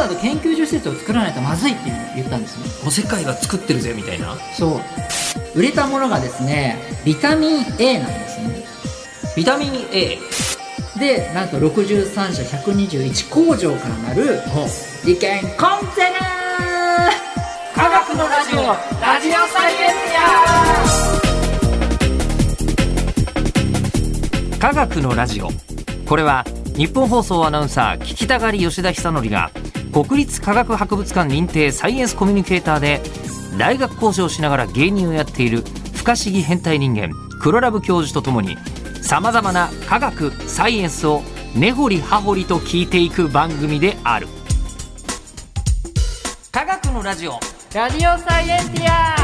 だと研究所施設を作らないとまずいっていうのを言ったんですね。 お世界は作ってるぜみたいな。 そう売れたものがですねビタミン A なんですね。 ビタミン A でなんと63社121工場からなる理研コンツェル科学のラジオラジオサイエンス科学のラジオ。これは日本放送アナウンサー聞きたがり吉田久典が国立科学博物館認定サイエンスコミュニケーターで大学講師をしながら芸人をやっている不可思議変態人間黒ラブ教授とともにさまざまな科学サイエンスを根掘り葉掘りと聞いていく番組である。科学のラジオラジオサイエンティア。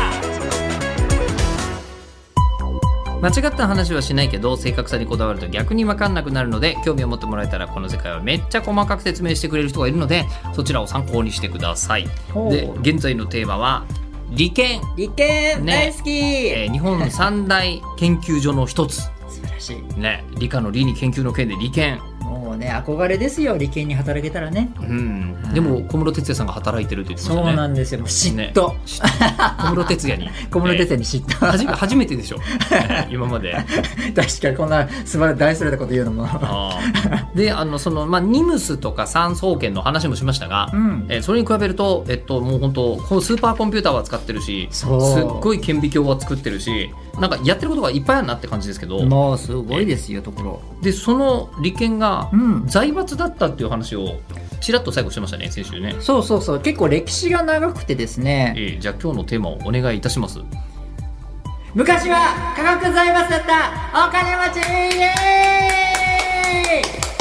間違った話はしないけど正確さにこだわると逆に分かんなくなるので、興味を持ってもらえたらこの世界はめっちゃ細かく説明してくれる人がいるのでそちらを参考にしてください。で現在のテーマは理研理研、大好き、 日本三大研究所の一つ素晴らしいね、理科の理に研究の研で理研。 もうね憧れですよ理研に働けたらね。 でも小室哲哉さんが働いてるって言ってましたね。 そうなんですよ。嫉妬、 ね、小室哲哉に小室哲哉に嫉妬、 初めてでしょ今まで確かにこんな素晴らしい大それたこと言うのもでニムスとか産総研の話もしましたが、それに比べると、もう本当このスーパーコンピューターは使ってるしすっごい顕微鏡は作ってるしなんかやってることがいっぱいあるなって感じですけど、 もうすごいですよところでその理研が財閥だったっていう話をちらっと最後してましたね先週ね。 そう結構歴史が長くてですね、 じゃあ今日のテーマをお願いいたします。 昔は科学財閥だったお金持ち、イエーイ。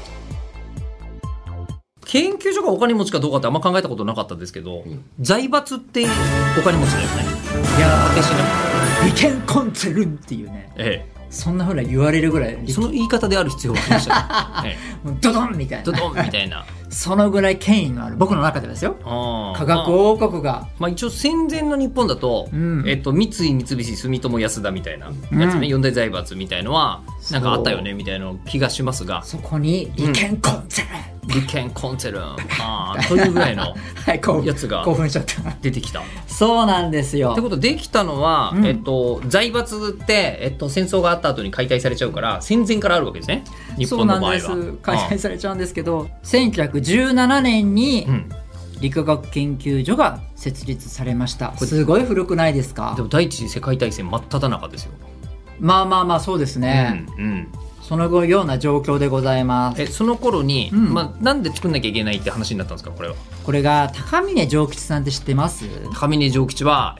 研究所がお金持ちかどうかってあんま考えたことなかったんですけど、財閥ってお金持ちだよね。 いや私ね理研コンツェルンっていうね、そんな風な言われるぐらいその言い方である必要がありましたね。 もうドドンみたいなドドンみたいなそのぐらい権威のある僕の中でですよ科学王国が、 一応戦前の日本だと、三井三菱住友安田みたいなやつね、四大財閥みたいのはなんかあったよねみたいな気がしますが、 そこに理研コンツェルン、 理研コンツェルンというぐらいのやつが興奮しちゃった出てきた。 そうなんですよ。 ってことできたのは、財閥って、戦争があった後に解体されちゃうから戦前からあるわけですね日本の場合は。 そうなんです。解体されちゃうんですけど、1917年に理化学研究所が設立されました。すごい古くないですか。 でも第一次世界大戦真っ只中ですよ。 まあそうですね、そのような状況でございます。 その頃に、なんで作んなきゃいけないって話になったんですかこれは。 これが高峰丈吉さんって知ってます？ 高峰丈吉は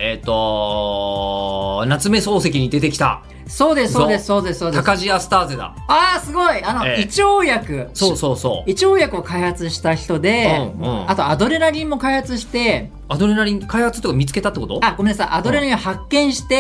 夏目漱石に出てきた。 そうです高地アスターゼだ。 すごい胃腸薬、胃腸薬を開発した人で、あとアドレナリンも開発して。 アドレナリン開発とか見つけたってこと？ ごめんなさい、アドレナリンを発見して、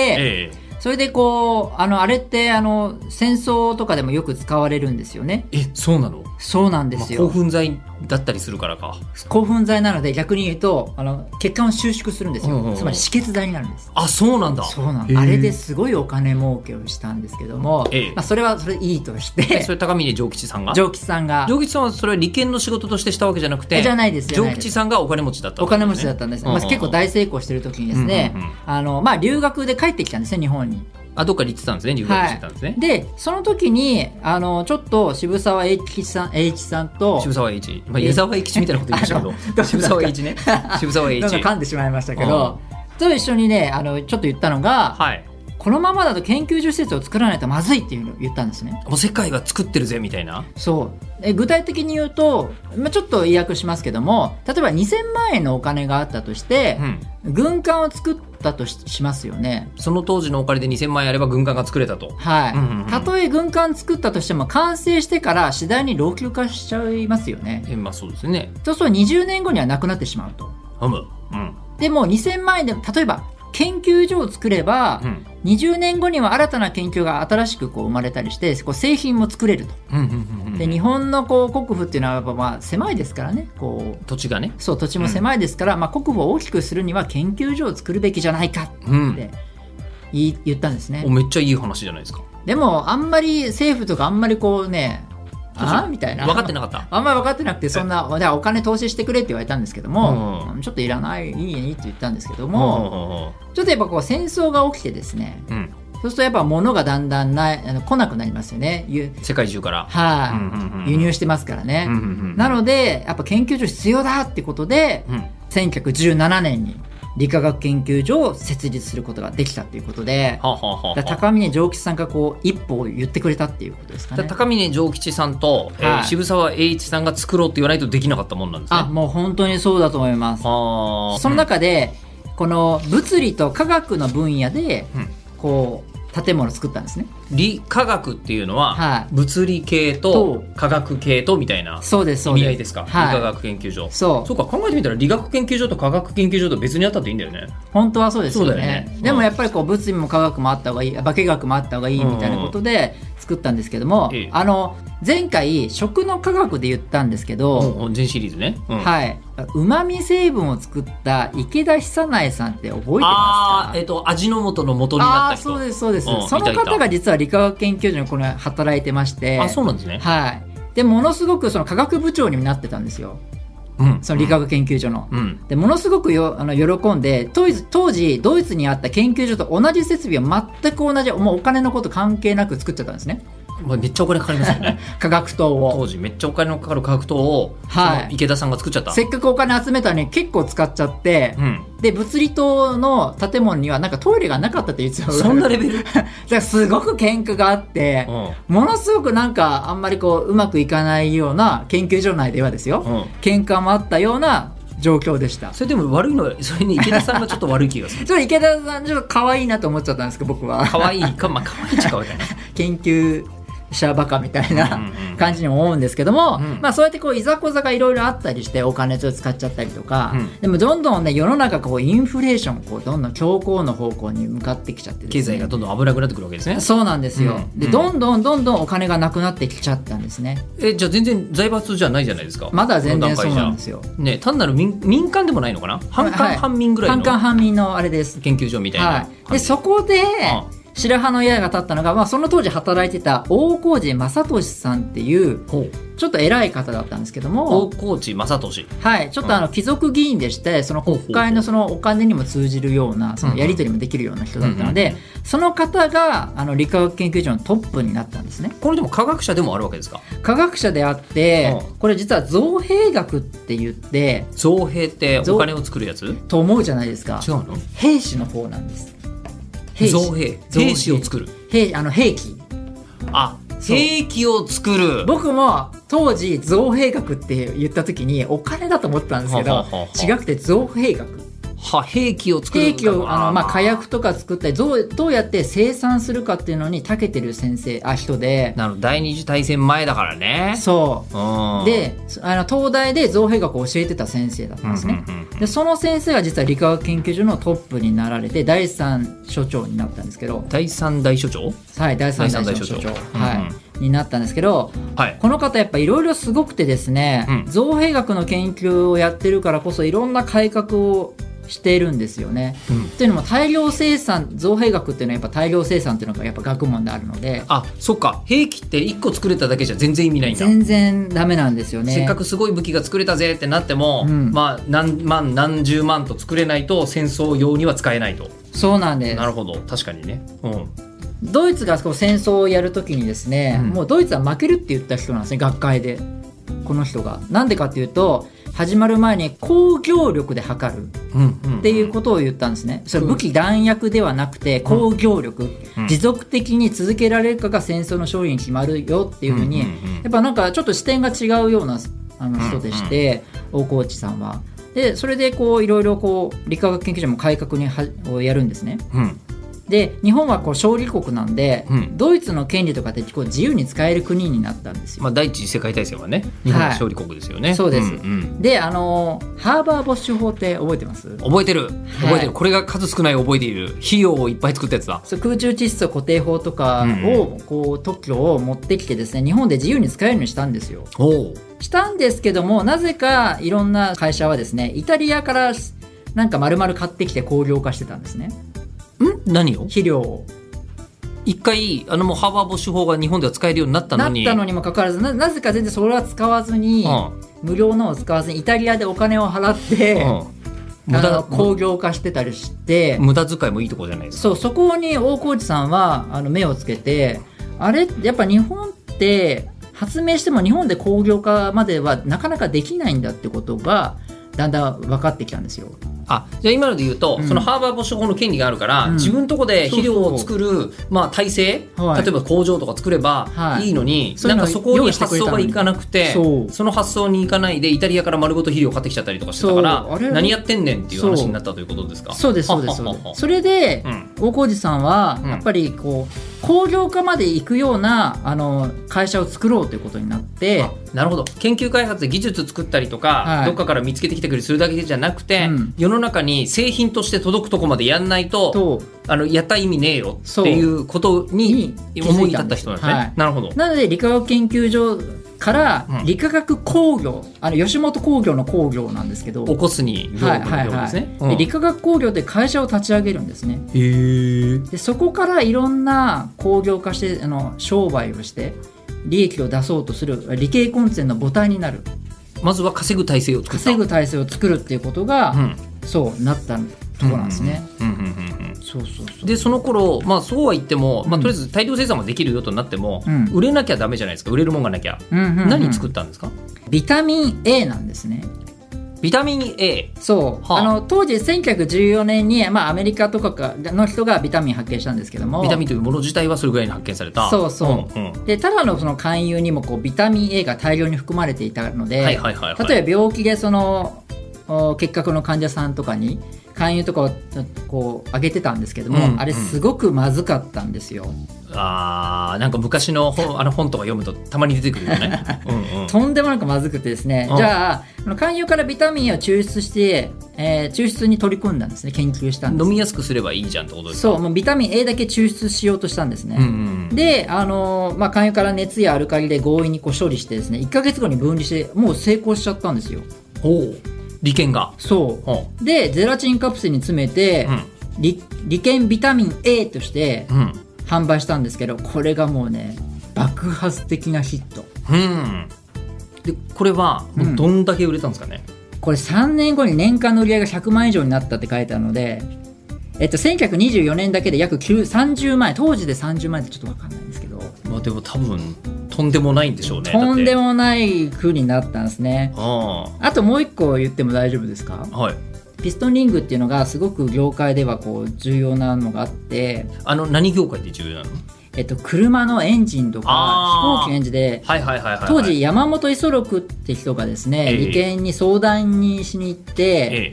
それであれって戦争とかでもよく使われるんですよね。 そうなの？ そうなんですよ。 興奮剤だったりするからか。 興奮剤なので逆に言うと血管を収縮するんですよ、つまり止血剤になるんです。 そうなんだ。 そうなんだ。あれですごいお金儲けをしたんですけども、それはそれいいとしてそれ高峰丈吉さんが丈吉さんはそれは理研の仕事としてしたわけじゃなくて、 じゃないです。 丈吉さんがお金持ちだった、 お金持ちだったんです、結構大成功してる時にですね、留学で帰ってきたんですね日本に。 どっかに行ってたんですね、留学してたんですね。 でその時にちょっと渋沢栄一さんと渋沢栄一、湯沢栄吉みたいなこと言いましたけど渋沢栄一ね渋沢栄一噛んでしまいましたけど、と一緒にねちょっと言ったのが、このままだと研究所施設を作らないとまずいっていうのを言ったんですね。 世界は作ってるぜみたいな。 そう具体的に言うと、ちょっと意訳しますけども、例えば2000万円のお金があったとして、軍艦を作ったと しますよね。 その当時のお金で2000万円あれば軍艦が作れたと。 たとえ軍艦作ったとしても完成してから次第に老朽化しちゃいますよね。 そうですね。 そうすると20年後にはなくなってしまうと。でも2000万円で例えば研究所を作れば、20年後には新たな研究が新しく生まれたりして製品も作れると。で日本の国府っていうのはやっぱ狭いですからね、 土地がね。 土地も狭いですから、国府を大きくするには研究所を作るべきじゃないかって言ったんですね。 めっちゃいい話じゃないですか。 でもあんまり政府とかあんまりみたいな。 分かってなかった。 あんまり分かってなくて、そんなお金投資してくれって言われたんですけども、ちょっといらない、いいって言ったんですけども、ちょっとやっぱこう戦争が起きてですね、そうするとやっぱ物がだんだん来なくなりますよね。 世界中から。 はい、輸入してますからね。なのでやっぱ研究所必要だってことで、1917年に理化学研究所を設立することができたということで、高峰丈吉さんがこう一歩を言ってくれたっていうことですかね。 高峰丈吉さんと、渋沢栄一さんが作ろうって言わないとできなかったもんなんですね。 もう本当にそうだと思います。その中で、この物理と科学の分野でこう建物を作ったんですね。 理化学っていうのは、物理系と科学系とみたいな意味合いですか。理化学研究所。そうか、考えてみたら理学研究所と科学研究所と別にあったっていいんだよね。 本当はそうですよね。でもやっぱりこう物理も科学もあった方がいい、化学もあった方がいいみたいなことで作ったんですけども、前回食の科学で言ったんですけど、 全シリーズね、 うまみ成分を作った池田久苗さんって覚えてますか？ 味の素の元になった人。 そうですそうです。その方が実は理化学研究所にこれ働いてまして、 そうなんですね。 でものすごくその科学部長になってたんですよ。その理化学研究所の、でものすごく喜んで、当時ドイツにあった研究所と同じ設備を全く同じ、もうお金のこと関係なく作っちゃったんですね。 めっちゃお金かかりますよね。 化学灯を当時めっちゃお金のかかる化学灯を、池田さんが作っちゃった。 せっかくお金集めたのに結構使っちゃって、で物理棟の建物にはなんかトイレがなかったって言ってた。 そんなレベル？ だからすごく喧嘩があって、ものすごくなんかあんまりこううまくいかないような、研究所内ではですよ、喧嘩もあったような状況でした。 それでも悪いのは、それに池田さんがちょっと悪い気がする。 ちょっと池田さんちょっと可愛いなと思っちゃったんですけど、僕は。 可愛いか、可愛いっちゃ可愛いかな。 研究者バカみたいな感じにも思うんですけども、そうやってこういざこざがいろいろあったりしてお金使っちゃったりとか、でもどんどんね世の中こうインフレーションこうどんどん強硬の方向に向かってきちゃってですね、 経済がどんどん危なくなってくるわけですね。 そうなんですよ、でどんどんお金がなくなってきちゃったんですね。 じゃあ全然財閥じゃないじゃないですか。 まだ全然そうなんですよ、 単なる民間でもないのかな。半官半民ぐらいの、 半官半民のあれです、 研究所みたいな、 でそこで白羽の矢が立ったのが、その当時働いてた大河内正俊さんっていうちょっと偉い方だったんですけども、 大河内正俊、 ちょっと貴族議員でして、その国会のそのお金にも通じるような、そのやり取りもできるような人だったので、その方が理化学研究所のトップになったんですね。 これでも科学者でもあるわけですか？ 科学者であって、これ実は造幣学って言って、 造幣ってお金を作るやつと思うじゃないですか。 違うの？ 兵士の方なんです。 造兵士を作る、兵器、兵器を作る。 僕も当時造兵学って言った時にお金だと思ったんですけど、違くて造兵学、 兵器を作る。 兵器を火薬とか作ったり、どうやって生産するかっていうのに長けてる人で、 第二次大戦前だからね。 そうで東大で造兵学を教えてた先生だったんですね、でその先生が実は理化学研究所のトップになられて第3所長になったんですけど、 第3代所長、 第3代所長、になったんですけど、この方やっぱいろいろすごくてですね、造兵学の研究をやってるからこそいろんな改革をしているんですよね、というのも大量生産、造兵学っていうのはやっぱ大量生産っていうのがやっぱ学問であるので、 そっか、兵器って1個作れただけじゃ全然意味ないんだ。 全然ダメなんですよね。 せっかくすごい武器が作れたぜってなっても、何万何十万と作れないと戦争用には使えないと。 そうなんです。 なるほど、確かにね、 ドイツが戦争をやるときにですね、もうドイツは負けるって言った人なんですね、学会で。この人がなんでかっていうと、始まる前に工業力で測るっていうことを言ったんですね。それ武器弾薬ではなくて工業力、持続的に続けられるかが戦争の勝利に決まるよっていうふうに、やっぱなんかちょっと視点が違うような人でして、大河内さんは。でそれでいろいろ理化学研究所も改革をやるんですね、で日本は勝利国なんで、ドイツの権利とかって自由に使える国になったんですよ。 第一次世界大戦はね、日本は勝利国ですよね、 そうです、でハーバーボッシュ法って覚えてます？ 覚えてる、これが数少ない覚えている。費用をいっぱい作ったやつだ。 空中窒素固定法とかを、特許を持ってきてですね、日本で自由に使えるようにしたんですよ。したんですけども、なぜかいろんな会社はですね、イタリアからなんか丸々買ってきて工業化してたんですね。 何を？ 肥料を。 一回もうハーバー募集法が日本では使えるようになったのにもかかわらず なぜか全然それは使わずに、無料のを使わずにイタリアでお金を払って、工業化してたりして無駄遣いもいいところじゃないですか。 そこに大河内さんは目をつけて、あれやっぱ日本って発明しても日本で工業化まではなかなかできないんだってことがだんだん分かってきたんですよ。 じゃあ今ので言うと、そのハーバー募集法の権利があるから、自分のとこで肥料を作る体制、例えば工場とか作ればいいのに、なんかそこに発想がいかなくて、その発想にいかないでイタリアから丸ごと肥料を買ってきちゃったりとかしてたから、何やってんねんっていう話になったということですか。 そうですそうです。それで、大河内さんはやっぱり工業化まで行くような会社を作ろうということになって。 なるほど。研究開発で技術作ったりとか、どっかから見つけてきてくれするだけじゃなくて、世の中に製品として届くとこまでやんないとやった意味ねえよっていうことに思い立った人なんですね。なるほど。 なので理化学研究所から理化学工業、吉本工業の工業なんですけど、 起こすに業務ですね。 理化学工業って会社を立ち上げるんですね。でそこからいろんな工業化して商売をして利益を出そうとする理系コンテンツの母体になる。 まずは稼ぐ体制を作るっていうことが、そうなったところなんですね。でその頃、そうは言っても、とりあえず大量生産もできるよとなっても、売れなきゃダメじゃないですか。売れるもんがなきゃ、何作ったんですか。 ビタミン A なんですね。 ビタミン A。 そう、当時1914年に、アメリカとかの人がビタミン発見したんですけども、 ビタミンというもの自体はそれぐらいに発見された。 でただのその含有にもビタミン A が大量に含まれていたので、例えば病気で結核の患者さんとかに勧誘とかを上げてたんですけども、あれすごくまずかったんですよ。 なんか昔の本とか読むとたまに出てくるよね。 とんでもなくまずくてですね、じゃあ勧誘からビタミンを抽出して、抽出に取り組んだんですね。研究したんです。 飲みやすくすればいいじゃんってことですか。 そう、もうビタミン A だけ抽出しようとしたんですね。で勧誘から熱やアルカリで強引に処理してですね、1ヶ月後に分離してもう成功しちゃったんですよ。 利権が。 そうでゼラチンカプセルに詰めて、利権ビタミン A として販売したんですけど、これがもうね爆発的なヒット。 でこれはもうどんだけ売れたんですかね。 これ3年後に年間の売り上げが100万以上になったって書いてあるので、1924年だけで約30万円、当時で30万円ってちょっと分かんないんですけど、 でも多分とんでもないんでしょうね。 とんでもない風になったんですね。あともう一個言っても大丈夫ですか。ピストンリングっていうのがすごく業界では重要なのがあって、 何業界で重要なの。 車のエンジンとか飛行機のエンジンで、当時山本五十六って人がですね、理研に相談にしに行って、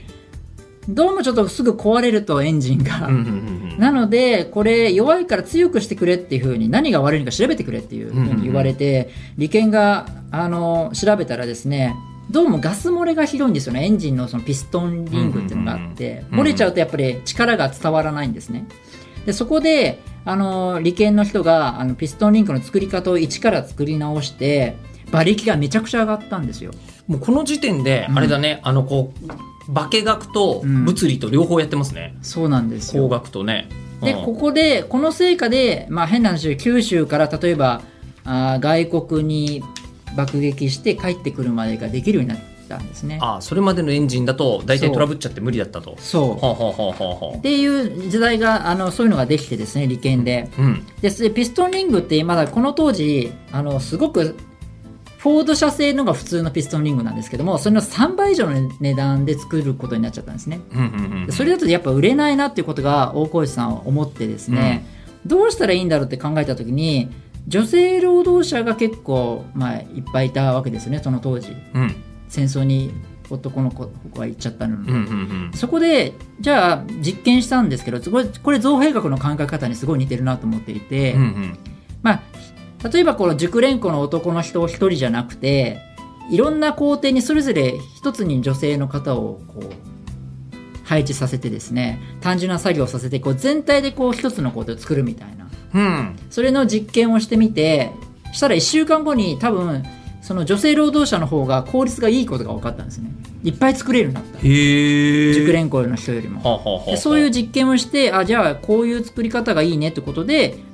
どうもちょっとすぐ壊れるとエンジンが、なのでこれ弱いから強くしてくれっていう風に、何が悪いのか調べてくれっていう風に言われて、理研が調べたらですね、どうもガス漏れがひどいんですよね。エンジンのそのピストンリングっていうのがあって、漏れちゃうとやっぱり力が伝わらないんですね。でそこで理研の人がピストンリングの作り方を一から作り直して馬力がめちゃくちゃ上がったんですよ。 もうこの時点であれだね、化学と物理と両方やってますね。 そうなんですよ。 工学とね。 でこの成果で、変な話、九州から例えば外国に爆撃して帰ってくるまでができるようになったんですね。 それまでのエンジンだと大体トラブっちゃって無理だったと。 っていう時代がそういうのができてですね、理研で。でピストンリングってまだこの当時すごくフォード社製のが普通のピストンリングなんですけども、それの3倍以上の値段で作ることになっちゃったんですね。それだとやっぱ売れないなっていうことが大河内さんは思ってですね、どうしたらいいんだろうって考えた時に、女性労働者が結構、いっぱいいたわけですよね、その当時。戦争に男の子が行っちゃったので、そこでじゃあ実験したんですけど、これ造幣学の考え方にすごい似てるなと思っていて、例えばこの熟練工の男の人一人じゃなくて、いろんな工程にそれぞれ一つに女性の方を配置させてですね、単純な作業をさせて全体で一つの工程を作るみたいな、それの実験をしてみて、したら1週間後に多分その女性労働者の方が効率がいいことが分かったんですね。いっぱい作れるようになった。熟練工の人よりも。でそういう実験をして、じゃあこういう作り方がいいねってことで、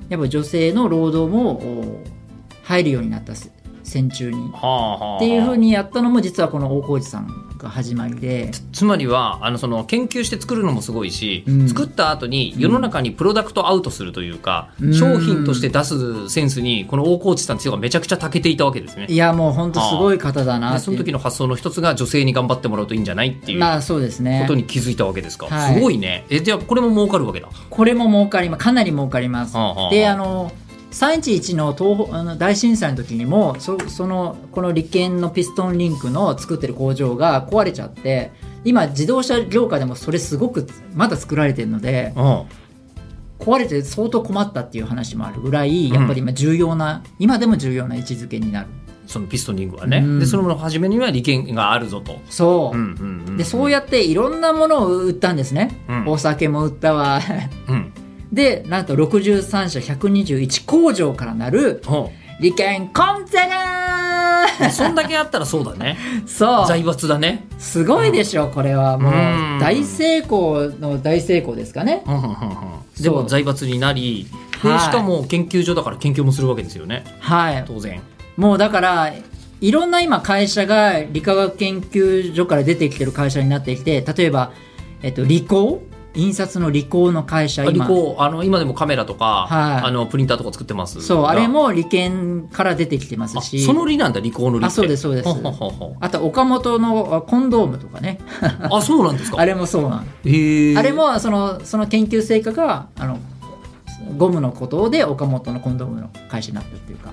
やっぱ女性の労働も入るようになった戦中に、っていう風にやったのも実はこの大河内さんが始まりで、 つまりはその研究して作るのもすごいし、作った後に世の中にプロダクトアウトするというか、商品として出すセンスにこの大河内さんっていうのがめちゃくちゃ長けていたわけですね。 いやもう本当すごい方だなって。 その時の発想の一つが女性に頑張ってもらうといいんじゃないっていうそうですね、 ことに気づいたわけですか。すごいね。じゃあこれも儲かるわけだ。 これも儲かります。かなり儲かります。で311の大震災の時にもこのリケンのピストンリンクの作ってる工場が壊れちゃって、今自動車業界でもそれすごくまだ作られてるので、壊れて相当困ったっていう話もあるぐらい、やっぱり今でも重要な位置づけになる。 そのピストンリンクはね、でその初めには利権があるぞと。 そう、でそうやっていろんなものを売ったんですね、お酒も売ったわ、でなんと63社121工場からなる利権コンツェルそんだけあったらそうだね。 そう財閥だね。 すごいでしょ、これはもう大成功の大成功ですかね。 でも財閥になり、でしかも研究所だから研究もするわけですよね。当然もうだからいろんな今会社が理化学研究所から出てきてる会社になってきて、例えば、理工、印刷の理工の会社、 今でもカメラとか、プリンターとか作ってます。 そうあれも理研から出てきてますし。 その理なんだ、理工の理って。 そうですそうです。あと岡本のコンドームとかねそうなんですか。 あれもそうなん。あれもその研究成果がゴムのことで岡本のコンドームの会社になったっていうか。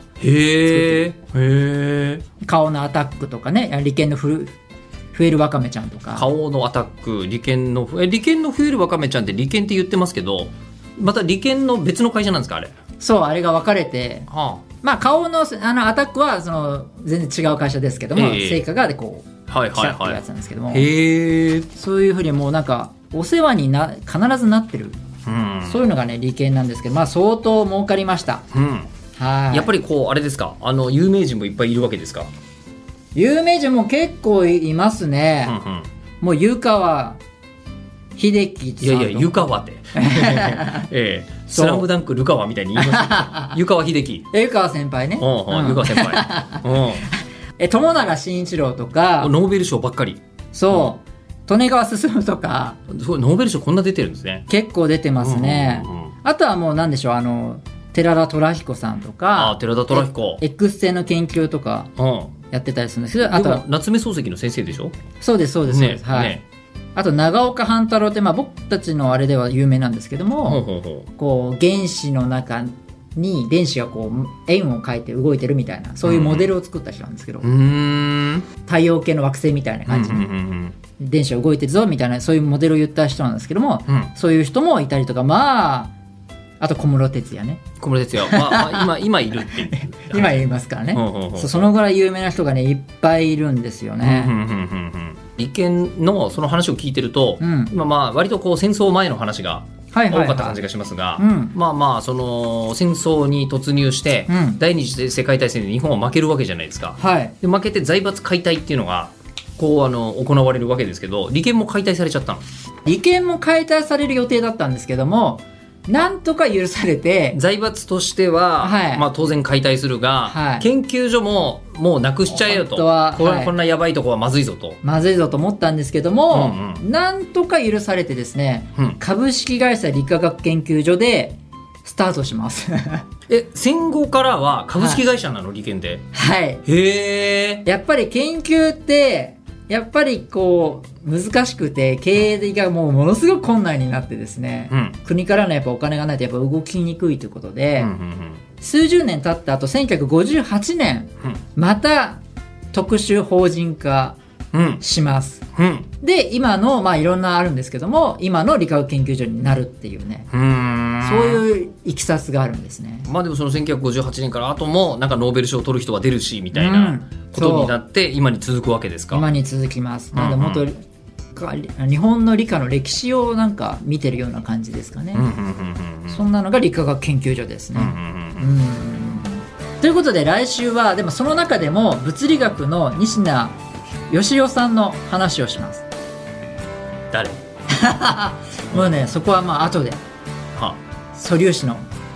顔のアタックとかね、理研の増えるわかめちゃんとか。 顔のアタック、理研の増えるわかめちゃんって理研って言ってますけど、また理研の別の会社なんですか、あれ。 そう、あれが分かれて、顔のアタックは全然違う会社ですけども、成果がこう来たっていうやつなんですけども、そういうふうにもうなんかお世話に必ずなってる、そういうのがね理研なんですけど、相当儲かりました。 やっぱりあれですか、有名人もいっぱいいるわけですか。 有名人も結構いますね。もう湯川秀樹さんとか。いや湯川ってスラムダンクルカワみたいに言いましたけど湯川秀樹、 湯川先輩ね。 湯川先輩友永慎一郎とか。 ノーベル賞ばっかり。 そう利根川進とか。 ノーベル賞こんな出てるんですね。 結構出てますね。あとはもう何でしょう、寺田虎彦さんとか。 寺田虎彦 X 線の研究とかやってたりするんですけど、あとは夏目漱石の先生でしょ。 そうですそうです、あと長岡半太郎って、僕たちのあれでは有名なんですけども、こう原子の中に電子がこう円を描いて動いてるみたいな、そういうモデルを作った人なんですけど、太陽系の惑星みたいな感じに電子が動いてるぞみたいな、そういうモデルを言った人なんですけども、そういう人もいたりとか、あと小室哲哉ね。 小室哲哉、今いるっていう今いますからね。そのぐらい有名な人がねいっぱいいるんですよね。 理研のその話を聞いてると、今割と戦争前の話が多かった感じがしますが、その戦争に突入して、第二次世界大戦で日本は負けるわけじゃないですか。で負けて財閥解体っていうのが行われるわけですけど、理研も解体されちゃったの。 理研も解体される予定だったんですけども、なんとか許されて、 財閥としては、当然解体するが、研究所ももうなくしちゃえよと、こんなやばいとこはまずいぞと思ったんですけども、なんとか許されてですね、株式会社理化学研究所でスタートします戦後からは株式会社なの、理研で。 やっぱり研究ってやっぱり難しくて、経営がものすごく困難になってですね、国からのやっぱお金がないとやっぱ動きにくいということで、数十年経った後1958年、また特殊法人化します。で今のいろんなあるんですけども、今の理化学研究所になるっていうね、そういういきさつがあるんですね。 でもその1958年から後もなんかノーベル賞を取る人は出るしみたいなことになって今に続くわけですか。 今に続きます。なのでもっと日本の理科の歴史をなんか見てるような感じですかね。そんなのが理化学研究所ですね。ということで来週はでもその中でも物理学の西名義雄さんの話をします。 誰もうね、そこは後で素粒子の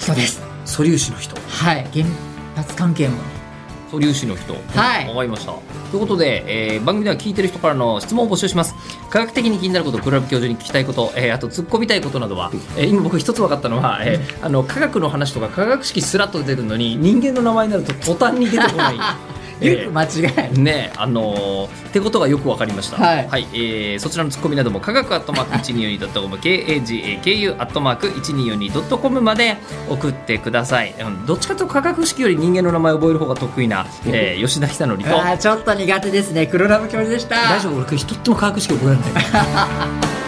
人です。 素粒子の人。 はい、原発関係も素粒子の人。 はい、 わかりました。ということで、番組では聞いてる人からの質問を募集します。科学的に気になること、黒ラブ教授に聞きたいこと、あと突っ込みたいことなどは、今僕一つ分かったのは、科学の話とか科学式スラッと出てくるのに人間の名前になると途端に出てこないよく間違えるね、ってことがよく分かりました。はい、はい、そちらのツッコミなども科学@1242.com KAGAKU@1242.com まで送ってください。どっちかというと科学式より人間の名前を覚える方が得意な、吉田久典とちょっと苦手ですね黒ラブ教授でした。 大丈夫、俺一つも科学式覚えられない